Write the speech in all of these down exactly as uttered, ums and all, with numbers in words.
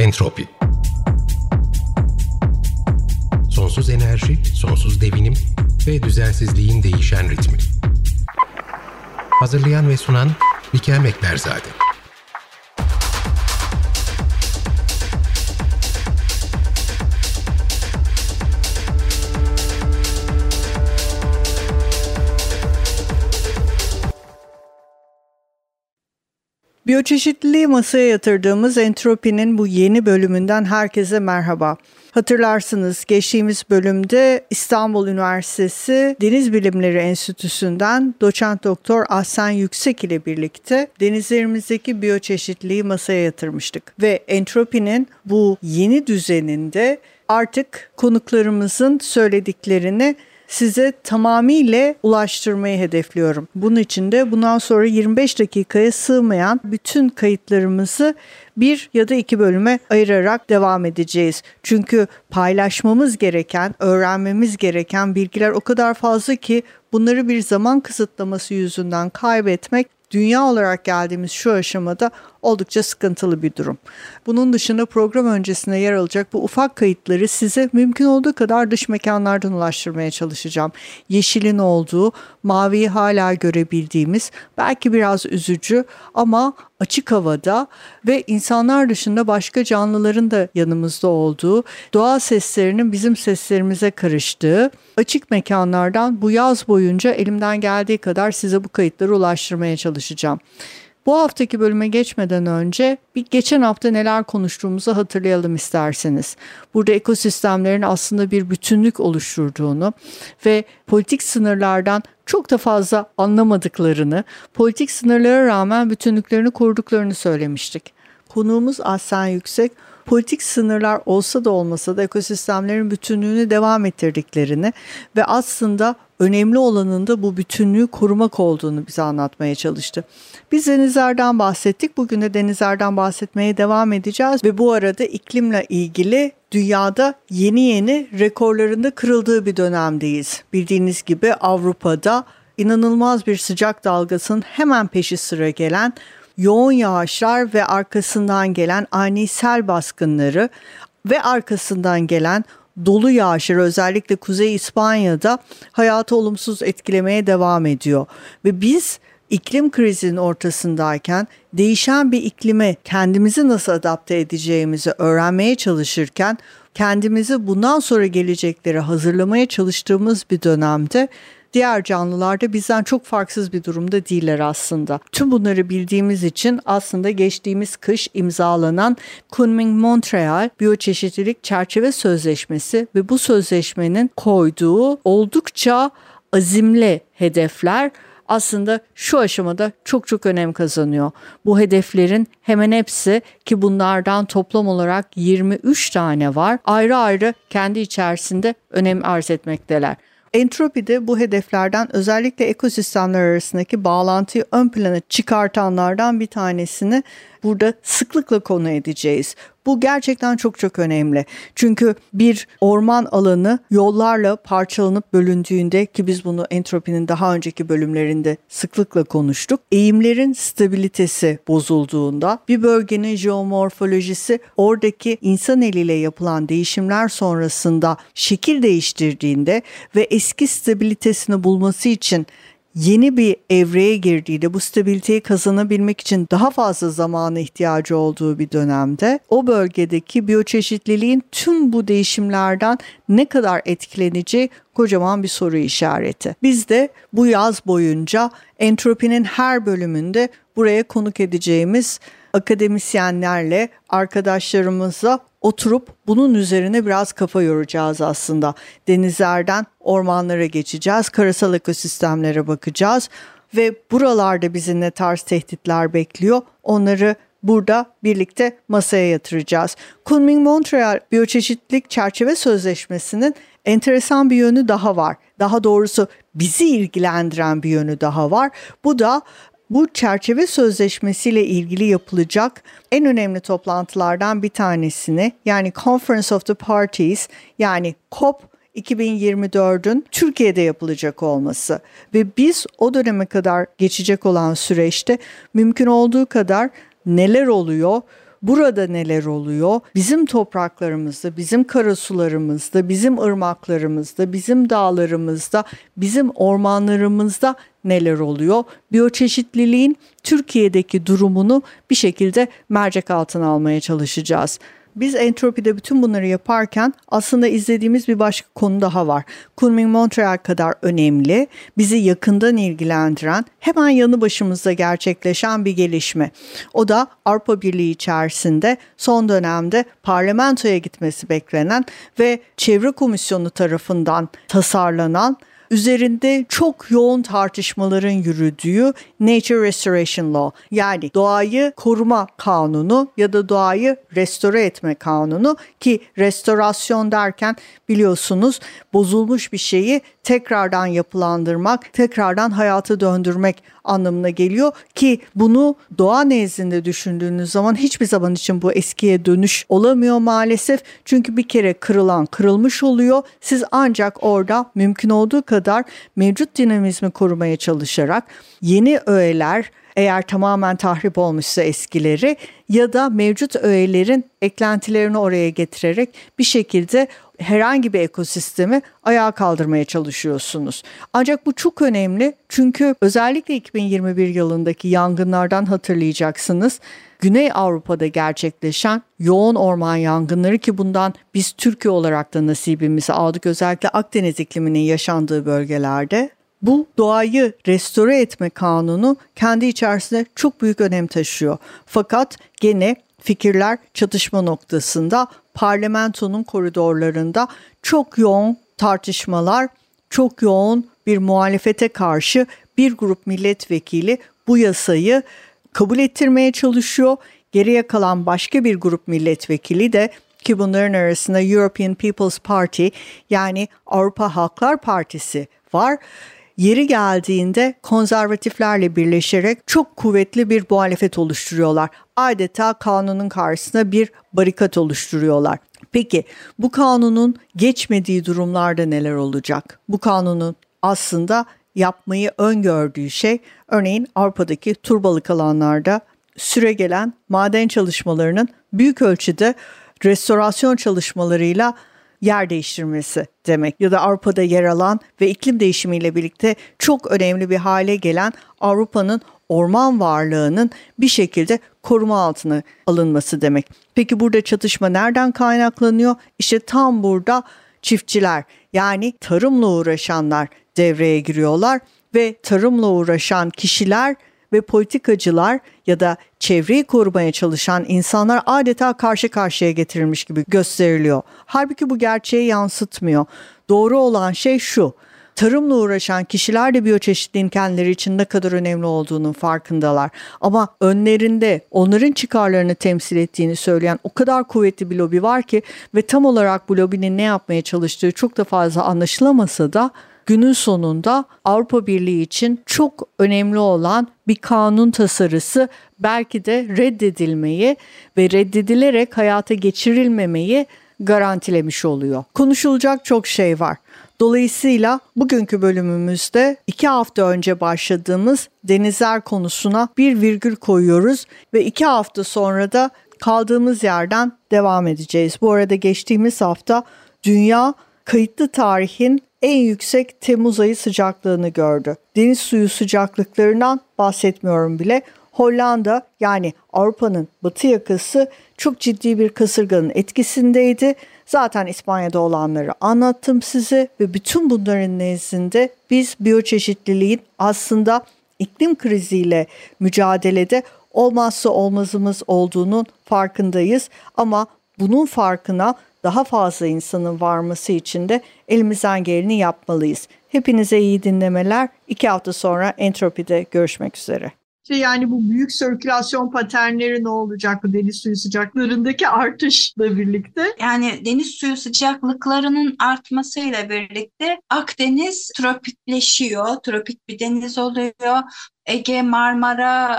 Entropi. Sonsuz enerji, sonsuz devinim ve düzensizliğin değişen ritmi. Hazırlayan ve sunan Bikem Ekberzade. Biyoçeşitliliği masaya yatırdığımız Entropi'nin bu yeni bölümünden herkese merhaba. Hatırlarsınız geçtiğimiz bölümde İstanbul Üniversitesi Deniz Bilimleri Enstitüsü'nden doçent doktor Ahsen Yüksek ile birlikte denizlerimizdeki biyoçeşitliliği masaya yatırmıştık. Ve Entropi'nin bu yeni düzeninde artık konuklarımızın söylediklerini size tamamıyla ulaştırmayı hedefliyorum. Bunun için de bundan sonra yirmi beş dakikaya sığmayan bütün kayıtlarımızı bir ya da iki bölüme ayırarak devam edeceğiz. Çünkü paylaşmamız gereken, öğrenmemiz gereken bilgiler o kadar fazla ki bunları bir zaman kısıtlaması yüzünden kaybetmek dünya olarak geldiğimiz şu aşamada oldukça sıkıntılı bir durum. Bunun dışında program öncesinde yer alacak bu ufak kayıtları size mümkün olduğu kadar dış mekanlardan ulaştırmaya çalışacağım. Yeşilin olduğu, maviyi hala görebildiğimiz, belki biraz üzücü ama açık havada ve insanlar dışında başka canlıların da yanımızda olduğu, doğa seslerinin bizim seslerimize karıştığı açık mekanlardan bu yaz boyunca elimden geldiği kadar size bu kayıtları ulaştırmaya çalışacağım. Bu haftaki bölüme geçmeden önce bir geçen hafta neler konuştuğumuzu hatırlayalım isterseniz. Burada ekosistemlerin aslında bir bütünlük oluşturduğunu ve politik sınırlardan çok da fazla anlamadıklarını, politik sınırlara rağmen bütünlüklerini koruduklarını söylemiştik. Konuğumuz Ahsen Yüksek, politik sınırlar olsa da olmasa da ekosistemlerin bütünlüğünü devam ettirdiklerini ve aslında önemli olanın da bu bütünlüğü korumak olduğunu bize anlatmaya çalıştı. Biz denizlerden bahsettik. Bugün de denizlerden bahsetmeye devam edeceğiz ve bu arada iklimle ilgili dünyada yeni yeni rekorlarında kırıldığı bir dönemdeyiz. Bildiğiniz gibi Avrupa'da inanılmaz bir sıcak dalgasının hemen peşi sıra gelen yoğun yağışlar ve arkasından gelen ani sel baskınları ve arkasından gelen dolu yağışlar özellikle Kuzey İspanya'da hayatı olumsuz etkilemeye devam ediyor. Ve biz iklim krizinin ortasındayken değişen bir iklime kendimizi nasıl adapte edeceğimizi öğrenmeye çalışırken kendimizi bundan sonra geleceklere hazırlamaya çalıştığımız bir dönemde diğer canlılar da bizden çok farksız bir durumda değiller aslında. Tüm bunları bildiğimiz için aslında geçtiğimiz kış imzalanan Kunming-Montreal Biyoçeşitlilik Çerçeve Sözleşmesi ve bu sözleşmenin koyduğu oldukça azimli hedefler aslında şu aşamada çok çok önem kazanıyor. Bu hedeflerin hemen hepsi ki bunlardan toplam olarak yirmi üç tane var, ayrı ayrı kendi içerisinde önem arz etmekteler. Entropi'de bu hedeflerden özellikle ekosistemler arasındaki bağlantıyı ön plana çıkartanlardan bir tanesini burada sıklıkla konu edeceğiz. Bu gerçekten çok çok önemli. Çünkü bir orman alanı yollarla parçalanıp bölündüğünde ki biz bunu Entropi'nin daha önceki bölümlerinde sıklıkla konuştuk. Eğimlerin stabilitesi bozulduğunda bir bölgenin jeomorfolojisi oradaki insan eliyle yapılan değişimler sonrasında şekil değiştirdiğinde ve eski stabilitesini bulması için yeni bir evreye girdiğinde bu stabiliteyi kazanabilmek için daha fazla zamana ihtiyacı olduğu bir dönemde o bölgedeki biyoçeşitliliğin tüm bu değişimlerden ne kadar etkileneceği kocaman bir soru işareti. Biz de bu yaz boyunca Entropi'nin her bölümünde buraya konuk edeceğimiz akademisyenlerle, arkadaşlarımızla oturup bunun üzerine biraz kafa yoracağız aslında. Denizlerden ormanlara geçeceğiz, karasal ekosistemlere bakacağız ve buralarda bizi ne tarz tehditler bekliyor onları burada birlikte masaya yatıracağız. Kunming-Montreal Biyoçeşitlilik Çerçeve Sözleşmesi'nin enteresan bir yönü daha var. Daha doğrusu bizi ilgilendiren bir yönü daha var. Bu da bu çerçeve sözleşmesiyle ilgili yapılacak en önemli toplantılardan bir tanesini, yani Conference of the Parties, yani COP iki bin yirmi dördün Türkiye'de yapılacak olması ve biz o döneme kadar geçecek olan süreçte mümkün olduğu kadar neler oluyor, Burada neler oluyor? Bizim topraklarımızda, bizim karasularımızda, bizim ırmaklarımızda, bizim dağlarımızda, bizim ormanlarımızda neler oluyor? Biyoçeşitliliğin Türkiye'deki durumunu bir şekilde mercek altına almaya çalışacağız. Biz Entropi'de bütün bunları yaparken aslında izlediğimiz bir başka konu daha var. Kunming-Montreal kadar önemli, bizi yakından ilgilendiren, hemen yanı başımızda gerçekleşen bir gelişme. O da Avrupa Birliği içerisinde son dönemde parlamentoya gitmesi beklenen ve Çevre Komisyonu tarafından tasarlanan, üzerinde çok yoğun tartışmaların yürüdüğü Nature Restoration Law, yani doğayı koruma kanunu ya da doğayı restore etme kanunu, ki restorasyon derken biliyorsunuz bozulmuş bir şeyi tekrardan yapılandırmak, tekrardan hayata döndürmek anlamına geliyor ki bunu doğa nezdinde düşündüğünüz zaman hiçbir zaman için bu eskiye dönüş olamıyor maalesef. Çünkü bir kere kırılan kırılmış oluyor. Siz ancak orada mümkün olduğu kadar mevcut dinamizmi korumaya çalışarak yeni öğeler, eğer tamamen tahrip olmuşsa eskileri ya da mevcut öğelerin eklentilerini oraya getirerek bir şekilde herhangi bir ekosistemi ayağa kaldırmaya çalışıyorsunuz. Ancak bu çok önemli çünkü özellikle iki bin yirmi bir yılındaki yangınlardan hatırlayacaksınız. Güney Avrupa'da gerçekleşen yoğun orman yangınları, ki bundan biz Türkiye olarak da nasibimizi aldık, özellikle Akdeniz ikliminin yaşandığı bölgelerde. Bu doğayı restore etme kanunu kendi içerisinde çok büyük önem taşıyor. Fakat gene fikirler çatışma noktasında, parlamentonun koridorlarında çok yoğun tartışmalar, çok yoğun bir muhalefete karşı bir grup milletvekili bu yasayı kabul ettirmeye çalışıyor. Geriye kalan başka bir grup milletvekili de, ki bunların arasında European People's Party, yani Avrupa Halklar Partisi var. Yeri geldiğinde konservatiflerle birleşerek çok kuvvetli bir muhalefet oluşturuyorlar. Adeta kanunun karşısında bir barikat oluşturuyorlar. Peki bu kanunun geçmediği durumlarda neler olacak? Bu kanunun aslında yapmayı öngördüğü şey, örneğin Avrupa'daki turbalık alanlarda süregelen maden çalışmalarının büyük ölçüde restorasyon çalışmalarıyla yer değiştirmesi demek. Ya da Avrupa'da yer alan ve iklim değişimiyle birlikte çok önemli bir hale gelen Avrupa'nın orman varlığının bir şekilde koruma altına alınması demek. Peki burada çatışma nereden kaynaklanıyor? İşte tam burada çiftçiler, yani tarımla uğraşanlar devreye giriyorlar ve tarımla uğraşan kişiler ve politikacılar ya da çevreyi korumaya çalışan insanlar adeta karşı karşıya getirilmiş gibi gösteriliyor. Halbuki bu gerçeği yansıtmıyor. Doğru olan şey şu: tarımla uğraşan kişiler de biyoçeşitliğin kendileri için ne kadar önemli olduğunun farkındalar. Ama önlerinde onların çıkarlarını temsil ettiğini söyleyen o kadar kuvvetli bir lobi var ki ve tam olarak bu lobinin ne yapmaya çalıştığı çok da fazla anlaşılamasa da günün sonunda Avrupa Birliği için çok önemli olan bir kanun tasarısı belki de reddedilmeyi ve reddedilerek hayata geçirilmemeyi garantilemiş oluyor. Konuşulacak çok şey var. Dolayısıyla bugünkü bölümümüzde iki hafta önce başladığımız denizler konusuna bir virgül koyuyoruz ve iki hafta sonra da kaldığımız yerden devam edeceğiz. Bu arada geçtiğimiz hafta dünya kayıtlı tarihin en yüksek Temmuz ayı sıcaklığını gördü. Deniz suyu sıcaklıklarından bahsetmiyorum bile. Hollanda, yani Avrupa'nın batı yakası, çok ciddi bir kasırganın etkisindeydi. Zaten İspanya'da olanları anlattım size ve bütün bunların nezdinde biz biyoçeşitliliğin aslında iklim kriziyle mücadelede olmazsa olmazımız olduğunun farkındayız. Ama bunun farkına daha fazla insanın varması için de elimizden geleni yapmalıyız. Hepinize iyi dinlemeler. İki hafta sonra Entropi'de görüşmek üzere. Yani bu büyük sirkülasyon paternleri ne olacak bu deniz suyu sıcaklarındaki artışla birlikte? Yani deniz suyu sıcaklıklarının artmasıyla birlikte Akdeniz tropikleşiyor. Tropik bir deniz oluyor. Ege, Marmara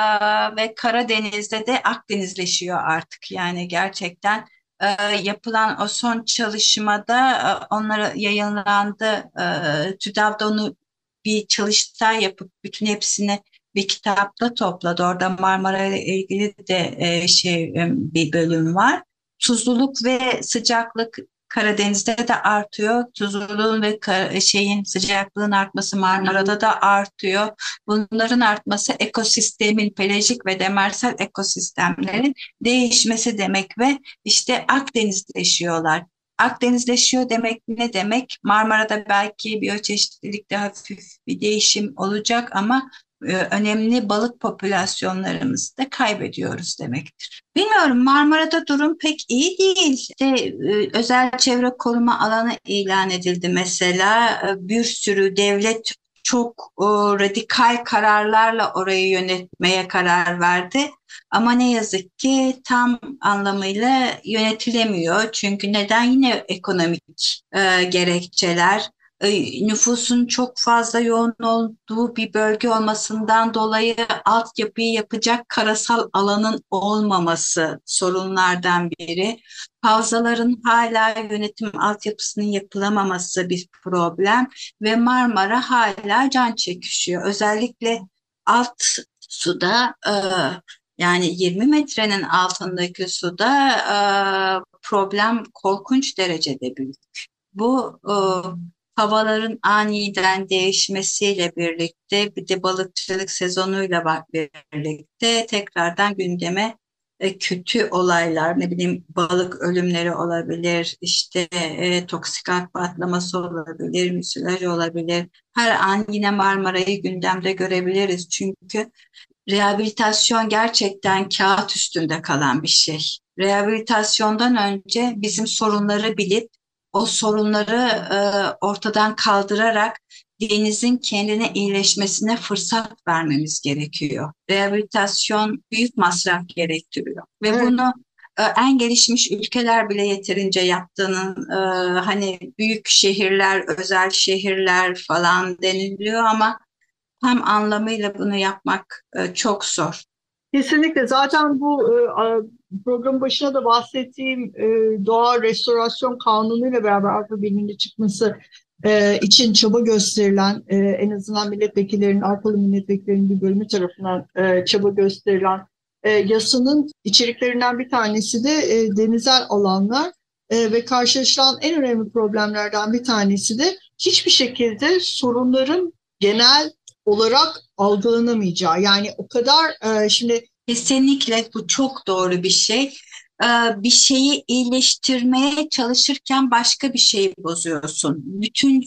e, ve Karadeniz'de de Akdenizleşiyor artık. Yani gerçekten e, yapılan o son çalışmada e, onlara yayınlandı. E, TÜDAV'da onu bir çalıştay yapıp bütün hepsini bir kitapta topladı. Orada Marmara ile ilgili de e, şey e, bir bölüm var. Tuzluluk ve sıcaklık Karadeniz'de de artıyor. Tuzluluğun ve ka- şeyin sıcaklığın artması Marmara'da da artıyor. Bunların artması ekosistemin, pelajik ve demersel ekosistemlerin değişmesi demek ve işte Akdenizleşiyorlar. Akdenizleşiyor demek ne demek? Marmara'da belki biyoçeşitlilikte hafif bir değişim olacak ama e, önemli balık popülasyonlarımızı da kaybediyoruz demektir. Bilmiyorum, Marmara'da durum pek iyi değil. İşte, e, özel çevre koruma alanı ilan edildi mesela. E, bir sürü devlet çok e, radikal kararlarla orayı yönetmeye karar verdi. Ama ne yazık ki tam anlamıyla yönetilemiyor. Çünkü neden? Yine ekonomik e, gerekçeler. E, nüfusun çok fazla yoğun olduğu bir bölge olmasından dolayı altyapıyı yapacak karasal alanın olmaması sorunlardan biri. Havzaların hala yönetim altyapısının yapılamaması bir problem ve Marmara hala can çekişiyor. Özellikle alt suda e, yani yirmi metrenin altındaki suda e, problem korkunç derecede büyük. Bu e, havaların aniden değişmesiyle birlikte bir de balıkçılık sezonuyla birlikte tekrardan gündeme e, kötü olaylar, ne bileyim balık ölümleri olabilir, işte e, toksik ağ patlaması olabilir, müsilaj olabilir. Her an yine Marmara'yı gündemde görebiliriz çünkü rehabilitasyon gerçekten kağıt üstünde kalan bir şey. Rehabilitasyondan önce bizim sorunları bilip o sorunları e, ortadan kaldırarak denizin kendine iyileşmesine fırsat vermemiz gerekiyor. Rehabilitasyon büyük masraf gerektiriyor ve Evet. bunu e, en gelişmiş ülkeler bile yeterince yaptığının e, hani büyük şehirler, özel şehirler falan deniliyor ama tam anlamıyla bunu yapmak e, çok zor. Kesinlikle. Zaten bu e, a- programın başına da bahsettiğim e, doğa restorasyon kanunu ile beraber Avrupa Birliği'nde çıkması e, için çaba gösterilen, e, en azından milletvekillerinin, Avrupalı milletvekillerinin bir bölümü tarafından e, çaba gösterilen e, yasanın içeriklerinden bir tanesi de e, denizel alanlar. E, ve karşılaşılan en önemli problemlerden bir tanesi de hiçbir şekilde sorunların genel olarak algılanamayacağı. Yani o kadar e, şimdi Kesinlikle bu çok doğru bir şey. Ee, bir şeyi iyileştirmeye çalışırken başka bir şeyi bozuyorsun. Bütün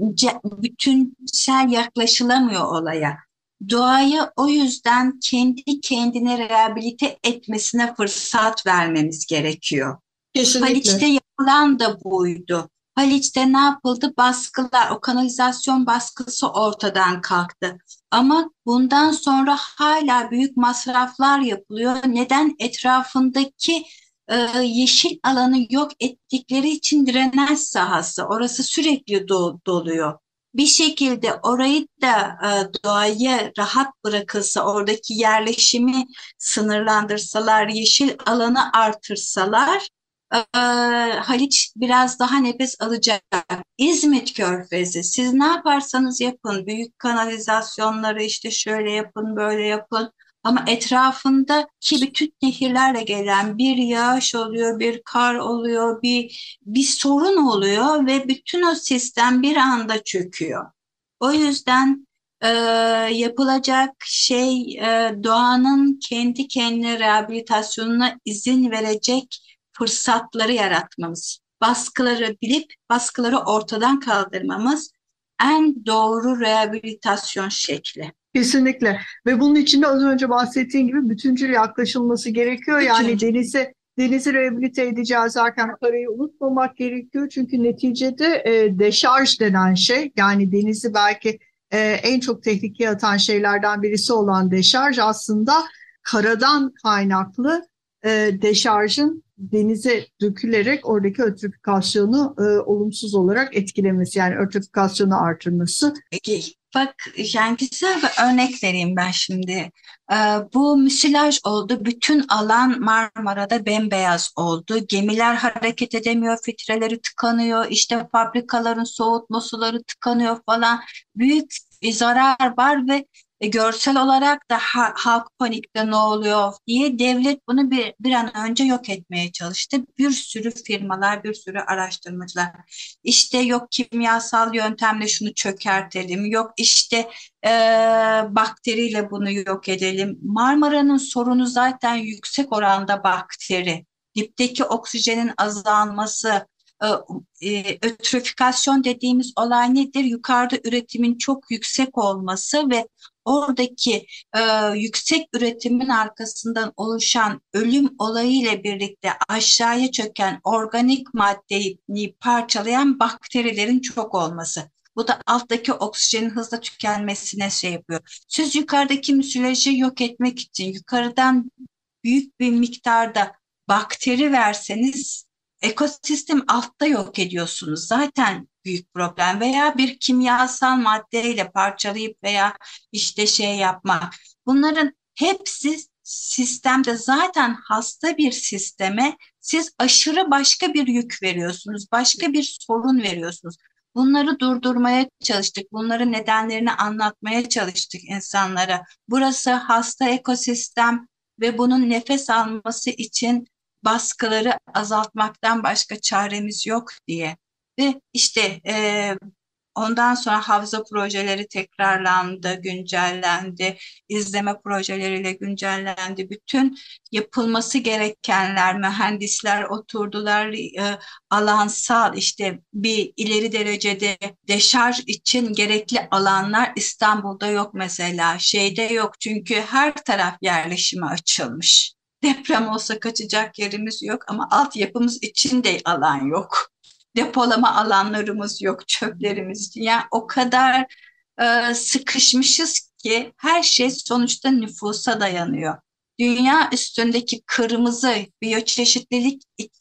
bütünsel yaklaşılamıyor olaya. Doğaya o yüzden kendi kendine rehabilite etmesine fırsat vermemiz gerekiyor. kesinlikle. Haliç'te yapılan da buydu. Haliç'te ne yapıldı? Baskılar, o kanalizasyon baskısı ortadan kalktı. Ama bundan sonra hala büyük masraflar yapılıyor. Neden? Etrafındaki e, yeşil alanı yok ettikleri için drenaj sahası. Orası sürekli do- doluyor. Bir şekilde orayı da e, doğaya rahat bırakılsa, oradaki yerleşimi sınırlandırsalar, yeşil alanı artırsalar, ee, Haliç biraz daha nefes alacak. İzmit Körfezi, siz ne yaparsanız yapın, büyük kanalizasyonları işte şöyle yapın, böyle yapın. Ama etrafındaki bütün nehirlerle gelen bir yağış oluyor, bir kar oluyor, bir bir sorun oluyor ve bütün o sistem bir anda çöküyor. O yüzden e, yapılacak şey e, doğanın kendi kendine rehabilitasyonuna izin verecek fırsatları yaratmamız, baskıları bilip baskıları ortadan kaldırmamız en doğru rehabilitasyon şekli. Kesinlikle. Ve bunun için de az önce bahsettiğim gibi bütüncül yaklaşılması gerekiyor. Yani Bütüncül. denize denizi rehabilite edeceğiz derken parayı unutmamak gerekiyor. Çünkü neticede e, deşarj denen şey, yani denizi belki e, en çok tehlikeye atan şeylerden birisi olan deşarj, aslında karadan kaynaklı e, deşarjın denize dökülerek oradaki ötrifikasyonu e, olumsuz olarak etkilemesi, yani ötrifikasyonu artırması. Peki, bak yani güzel bir örnek vereyim ben şimdi. Ee, bu müsilaj oldu. Bütün alan Marmara'da bembeyaz oldu. Gemiler hareket edemiyor, filtreleri tıkanıyor. İşte fabrikaların soğutma suları tıkanıyor falan. Büyük bir zarar var ve E, görsel olarak da ha- halk panikte ne oluyor diye devlet bunu bir, bir an önce yok etmeye çalıştı. Bir sürü firmalar, bir sürü araştırmacılar. İşte yok kimyasal yöntemle şunu çökertelim, yok işte e, bakteriyle bunu yok edelim. Marmara'nın sorunu zaten yüksek oranda bakteri. Dipteki oksijenin azalması, e, e, ötrofikasyon dediğimiz olay nedir? Yukarıda üretimin çok yüksek olması ve oradaki e, yüksek üretimin arkasından oluşan ölüm olayı ile birlikte aşağıya çöken organik maddeyi parçalayan bakterilerin çok olması. Bu da alttaki oksijenin hızla tükenmesine şey yapıyor. Siz yukarıdaki müsilajı yok etmek için yukarıdan büyük bir miktarda bakteri verseniz ekosistem altta yok ediyorsunuz. Zaten büyük problem veya bir kimyasal maddeyle parçalayıp veya işte şey yapmak. Bunların hepsi sistemde zaten hasta bir sisteme siz aşırı başka bir yük veriyorsunuz. Başka bir sorun veriyorsunuz. Bunları durdurmaya çalıştık. Bunların nedenlerini anlatmaya çalıştık insanlara. Burası hasta ekosistem ve bunun nefes alması için baskıları azaltmaktan başka çaremiz yok diye. Ve işte e, ondan sonra hafıza projeleri tekrarlandı, güncellendi, izleme projeleriyle güncellendi. Bütün yapılması gerekenler, mühendisler oturdular, e, alansal işte bir ileri derecede deşarj için gerekli alanlar İstanbul'da yok mesela, şeyde yok çünkü her taraf yerleşime açılmış. Deprem olsa kaçacak yerimiz yok ama altyapımız için de alan yok. Depolama alanlarımız yok, çöplerimiz. Yani o kadar e, sıkışmışız ki her şey sonuçta nüfusa dayanıyor. Dünya üstündeki kırmızı biyoçeşitlilik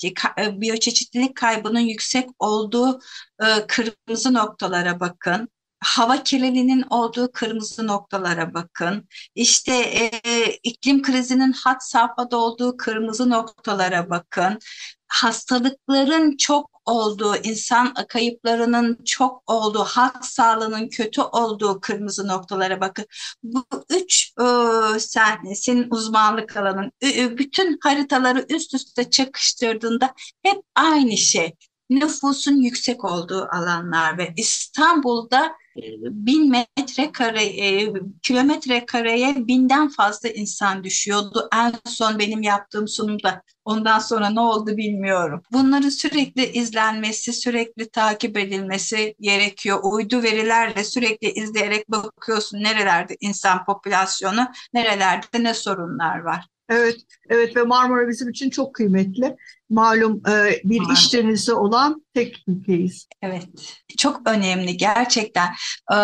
e, biyoçeşitlilik kaybının yüksek olduğu e, kırmızı noktalara bakın. Hava kirliliğinin olduğu kırmızı noktalara bakın. İşte e, iklim krizinin had safhada olduğu kırmızı noktalara bakın. Hastalıkların çok olduğu, insan kayıplarının çok olduğu, halk sağlığının kötü olduğu kırmızı noktalara bakın. Bu üç e, sen, senin uzmanlık alanın, e, bütün haritaları üst üste çakıştırdığında hep aynı şey. Nüfusun yüksek olduğu alanlar ve İstanbul'da e, bin metrekare, e, kilometre kareye binden fazla insan düşüyordu. En son benim yaptığım sunumda. Ondan sonra ne oldu bilmiyorum. Bunların sürekli izlenmesi, sürekli takip edilmesi gerekiyor. Uydu verilerle sürekli izleyerek bakıyorsun nerelerde insan popülasyonu, nerelerde ne sorunlar var. Evet, evet ve Marmara bizim için çok kıymetli. Malum e, bir Var. iş denizi olan tek ülkeyiz. Evet, çok önemli gerçekten. Ee,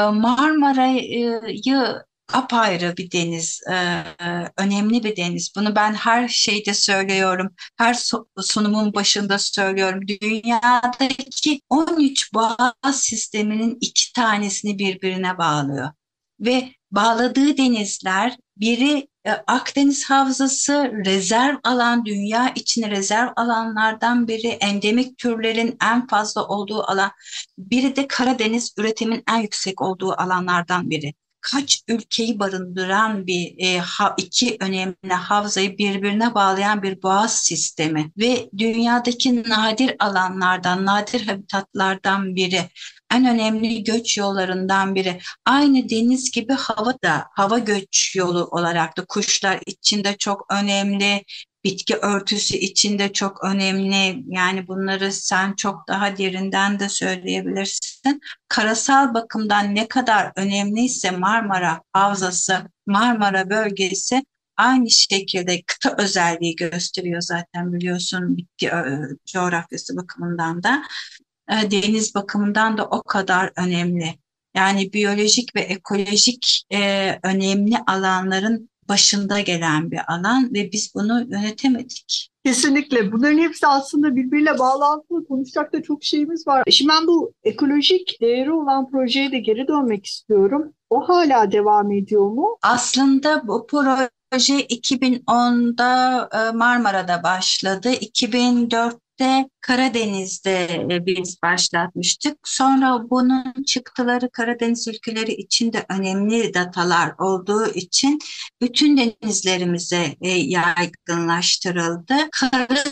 Marmara'yı apayrı bir deniz, e, e, önemli bir deniz. Bunu ben her şeyde söylüyorum, her su- sunumun başında söylüyorum. Dünyadaki on üç boğaz sisteminin iki tanesini birbirine bağlıyor. Ve bağladığı denizler biri e, Akdeniz Havzası rezerv alan, dünya için rezerv alanlardan biri, endemik türlerin en fazla olduğu alan. Biri de Karadeniz, üretimin en yüksek olduğu alanlardan biri. Kaç ülkeyi barındıran bir e, ha, iki önemli havzayı birbirine bağlayan bir boğaz sistemi ve dünyadaki nadir alanlardan, nadir habitatlardan biri. En önemli göç yollarından biri. Aynı deniz gibi hava da, hava göç yolu olarak da kuşlar içinde çok önemli, bitki örtüsü içinde çok önemli. Yani bunları sen çok daha derinden de söyleyebilirsin. Karasal bakımdan ne kadar önemliyse Marmara Havzası, Marmara bölgesi aynı şekilde kıta özelliği gösteriyor zaten biliyorsun bitki e, coğrafyası bakımından da. E, deniz bakımından da o kadar önemli. Yani biyolojik ve ekolojik e, önemli alanların başında gelen bir alan ve biz bunu yönetemedik. Kesinlikle. Bunların hepsi aslında birbiriyle bağlantılı. Konuşacak da çok şeyimiz var. Şimdi ben bu ekolojik değeri olan projeye de geri dönmek istiyorum. O hala devam ediyor mu? Aslında bu proje iki bin onda e, Marmara'da başladı. iki bin dörtte birlikte Karadeniz'de e, biz başlatmıştık. Sonra bunun çıktıları Karadeniz ülkeleri için de önemli datalar olduğu için bütün denizlerimize e, yaygınlaştırıldı. Kara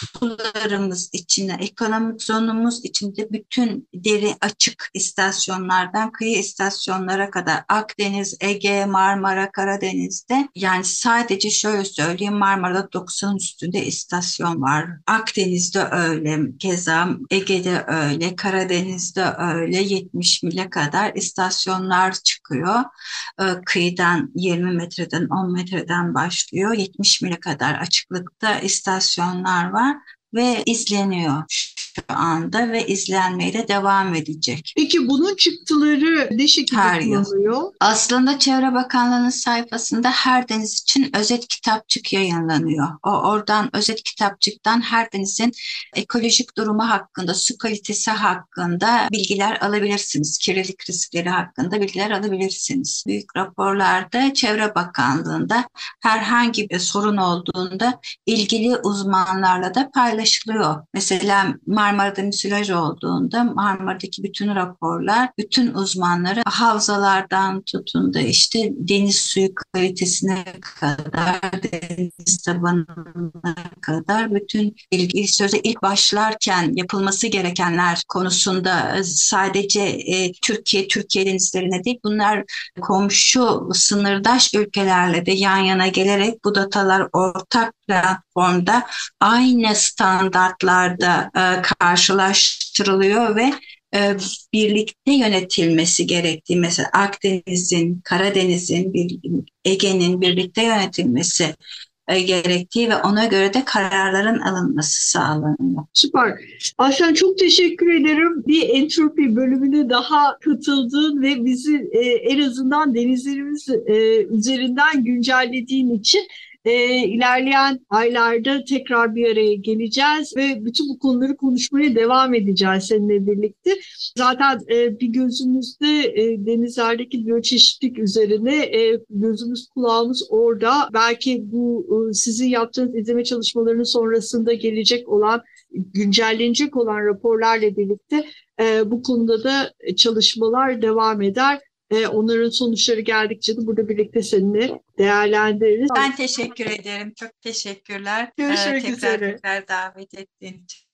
sularımız içinde, ekonomik zonumuz içinde bütün deri açık istasyonlardan kıyı istasyonlara kadar Akdeniz, Ege, Marmara, Karadeniz'de, yani sadece şöyle söyleyeyim, Marmara'da doksanın üstünde istasyon var. Akdeniz'de öyle, keza Ege'de öyle, Karadeniz'de öyle yetmiş mile kadar istasyonlar çıkıyor. Ee, kıyıdan yirmi metreden on metreden başlıyor. yetmiş mile kadar açıklıkta istasyonlar var ve izleniyor şu anda ve izlenmeye de devam edecek. Peki bunun çıktıları ne şekilde Her yıl. kullanılıyor? Aslında Çevre Bakanlığı'nın sayfasında her deniz için özet kitapçık yayınlanıyor. O oradan özet kitapçıktan her denizin ekolojik durumu hakkında, su kalitesi hakkında bilgiler alabilirsiniz. Kirlilik riskleri hakkında bilgiler alabilirsiniz. Büyük raporlarda Çevre Bakanlığı'nda herhangi bir sorun olduğunda ilgili uzmanlarla da paylaşılıyor. Mesela Marmara'da müsilaj olduğunda Marmara'daki bütün raporlar, bütün uzmanları havzalardan tutun da işte deniz suyu kalitesine kadar, deniz tabanına kadar bütün ilgili sözde ilk başlarken yapılması gerekenler konusunda sadece e, Türkiye, Türkiye denizlerine değil, bunlar komşu sınırdaş ülkelerle de yan yana gelerek bu datalar ortak platformda aynı standartlarda e, karşılaştırılıyor ve e, birlikte yönetilmesi gerektiği, mesela Akdeniz'in, Karadeniz'in, Ege'nin birlikte yönetilmesi e, gerektiği ve ona göre de kararların alınması sağlanıyor. Süper. Ayşen, çok teşekkür ederim. Bir entropi bölümüne daha katıldığın ve bizi e, en azından denizlerimiz e, üzerinden güncellediğin için. E, ilerleyen aylarda tekrar bir araya geleceğiz ve bütün bu konuları konuşmaya devam edeceğiz seninle birlikte. Zaten e, bir gözümüzde e, denizlerdeki biyoçeşitlik üzerine, e, gözümüz kulağımız orada. Belki bu e, sizin yaptığınız izleme çalışmalarının sonrasında gelecek olan, güncellenecek olan raporlarla birlikte e, bu konuda da çalışmalar devam eder. E, onların sonuçları geldikçe de burada birlikte seninle değerlendiririz. Ben teşekkür ederim. Çok teşekkürler. Görüşmek ee, tekrar üzere. tekrar davet ettiğin için.